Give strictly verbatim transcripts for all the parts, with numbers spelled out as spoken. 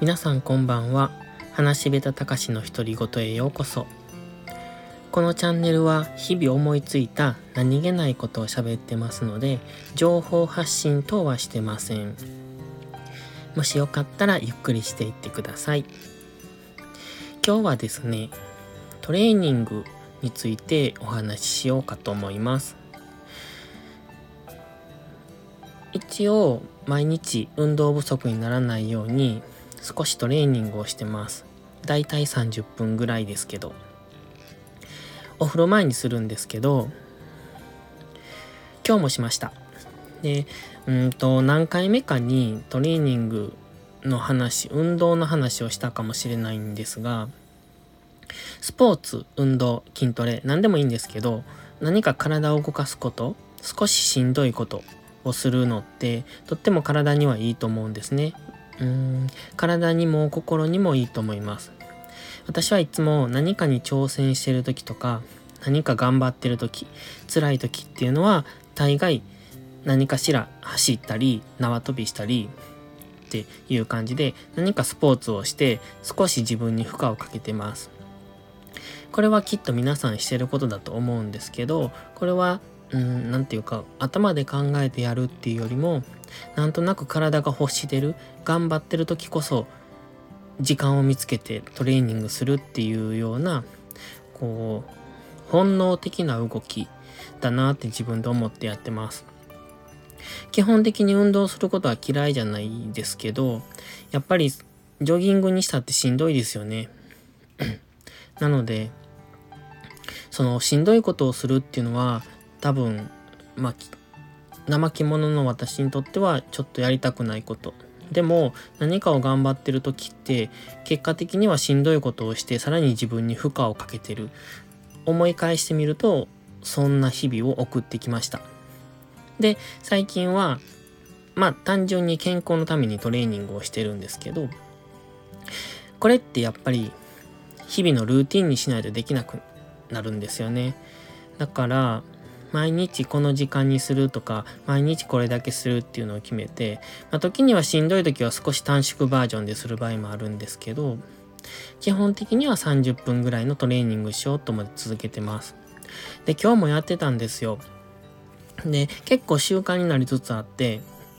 皆さんこんばんは。話しべたたかしの独り言へようこそ。このチャンネルは日々思いついた何気ないことを喋ってますので、情報発信等はしてません。もしよかったらゆっくりしていってください。今日はですね、トレーニングについてお話ししようかと思います。一応毎日運動不足にならないように少しトレーニングをしてます。だいたいさんじゅっぷんぐらいですけど、お風呂前にするんですけど、今日もしました。で、うんと何回目かにトレーニングの話、運動の話をしたかもしれないんですが、スポーツ、運動、筋トレ、何でもいいんですけど、何か体を動かすこと、少ししんどいことをするのってとっても体にはいいと思うんですね。うーん体にも心にもいいと思います。私はいつも何かに挑戦してる時とか、何か頑張ってる時、辛い時っていうのは大概何かしら走ったり縄跳びしたりっていう感じで、何かスポーツをして少し自分に負荷をかけてます。これはきっと皆さんしてることだと思うんですけど、これはうーんなんていうか頭で考えてやるっていうよりも、なんとなく体が欲してる、頑張ってる時こそ時間を見つけてトレーニングするっていうような、こう本能的な動きだなって自分で思ってやってます。基本的に運動することは嫌いじゃないですけど、やっぱりジョギングにしたってしんどいですよね。なのでそのしんどいことをするっていうのは多分まあ怠け者の私にとってはちょっとやりたくないこと。でも何かを頑張ってる時って結果的にはしんどいことをしてさらに自分に負荷をかけてる。思い返してみるとそんな日々を送ってきました。で、最近はまあ単純に健康のためにトレーニングをしてるんですけど、これってやっぱり日々のルーティンにしないとできなくなるんですよね。だから毎日この時間にするとか、毎日これだけするっていうのを決めて、まあ、時にはしんどい時は少し短縮バージョンでする場合もあるんですけど、基本的にはさんじゅっぷんぐらいのトレーニングしようと思って続けてます。で、今日もやってたんですよ。で、結構習慣になりつつあって、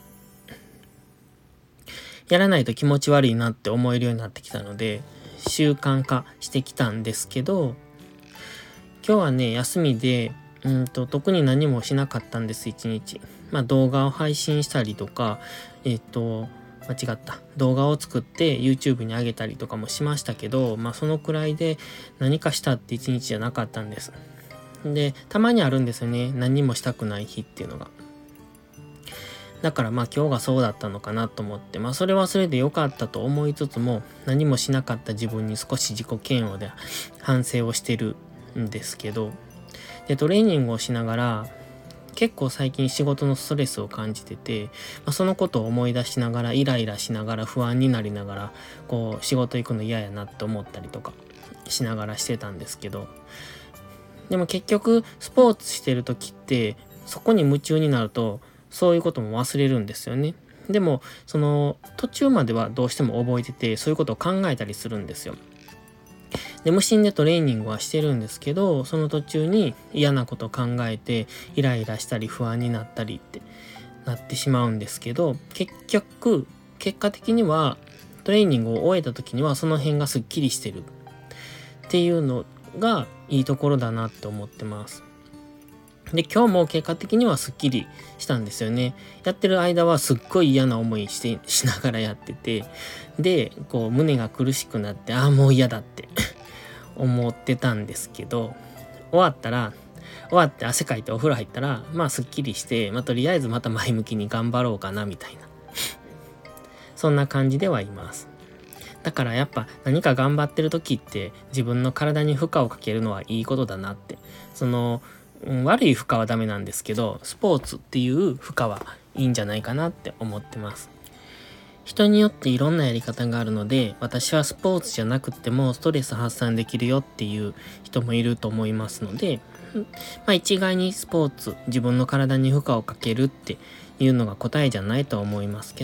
やらないと気持ち悪いなって思えるようになってきたので、習慣化してきたんですけど、今日はね、休みで、うんと、特に何もしなかったんです、一日。まあ動画を配信したりとか、えっと、間違った。動画を作って YouTube に上げたりとかもしましたけど、まあそのくらいで何かしたって一日じゃなかったんです。で、たまにあるんですよね。何もしたくない日っていうのが。だからまあ今日がそうだったのかなと思って、まあそれはそれで良かったと思いつつも、何もしなかった自分に少し自己嫌悪で反省をしてるんですけど、でトレーニングをしながら結構最近仕事のストレスを感じてて、まあ、そのことを思い出しながらイライラしながら不安になりながらこう仕事行くの嫌やなって思ったりとかしながらしてたんですけど、でも結局スポーツしてる時ってそこに夢中になるとそういうことも忘れるんですよね。でもその途中まではどうしても覚えてて、そういうことを考えたりするんですよ。で、無心でトレーニングはしてるんですけど、その途中に嫌なこと考えてイライラしたり不安になったりってなってしまうんですけど、結局結果的にはトレーニングを終えた時にはその辺がすっきりしてるっていうのがいいところだなって思ってます。で、今日も結果的にはすっきりしたんですよね。やってる間はすっごい嫌な思いしてしながらやってて、でこう胸が苦しくなって、ああもう嫌だって思ってたんですけど、終わったら終わって汗かいてお風呂入ったらまあすっきりして、まあとりあえずまた前向きに頑張ろうかなみたいな、そんな感じではいます。だからやっぱ何か頑張ってる時って自分の体に負荷をかけるのはいいことだなって、その、うん、悪い負荷はダメなんですけど、スポーツっていう負荷はいいんじゃないかなって思ってます。人によっていろんなやり方があるので、私はスポーツじゃなくてもストレス発散できるよっていう人もいると思いますので、まあ一概にスポーツ、自分の体に負荷をかけるっていうのが答えじゃないとは思いますけど、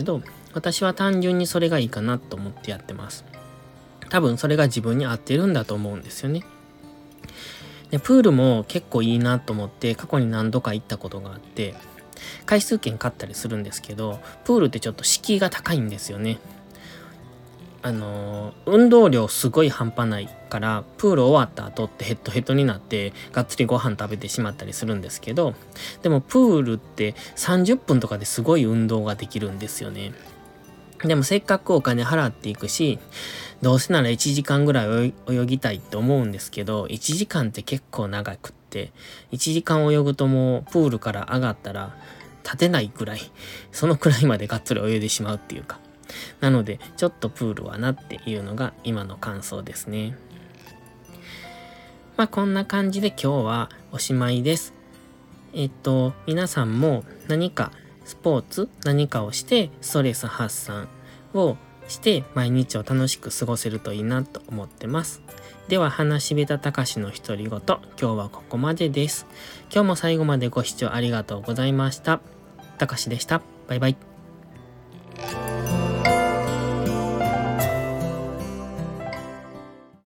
私は単純にそれがいいかなと思ってやってます。多分それが自分に合ってるんだと思うんですよね。で、プールも結構いいなと思って過去に何度か行ったことがあって、回数券買ったりするんですけど、プールってちょっと敷居が高いんですよね。あのー、運動量すごい半端ないから、プール終わった後ってヘッドヘッドになって、がっつりご飯食べてしまったりするんですけど、でもプールってさんじゅっぷんとかですごい運動ができるんですよね。でもせっかくお金払っていくし、どうせならいちじかんぐらい泳ぎたいって思うんですけど、いちじかんって結構長くって、いちじかん泳ぐともうプールから上がったら立てないくらい、そのくらいまでがっつり泳いでしまうっていうか。なので、ちょっとプールはなっていうのが今の感想ですね。まあこんな感じで今日はおしまいです。えっと、皆さんも何かスポーツ、何かをしてストレス発散をして毎日を楽しく過ごせるといいなと思ってます。では、話しべたたかしの独り言、今日はここまでです。今日も最後までご視聴ありがとうございました。たかしでした。バイバイ。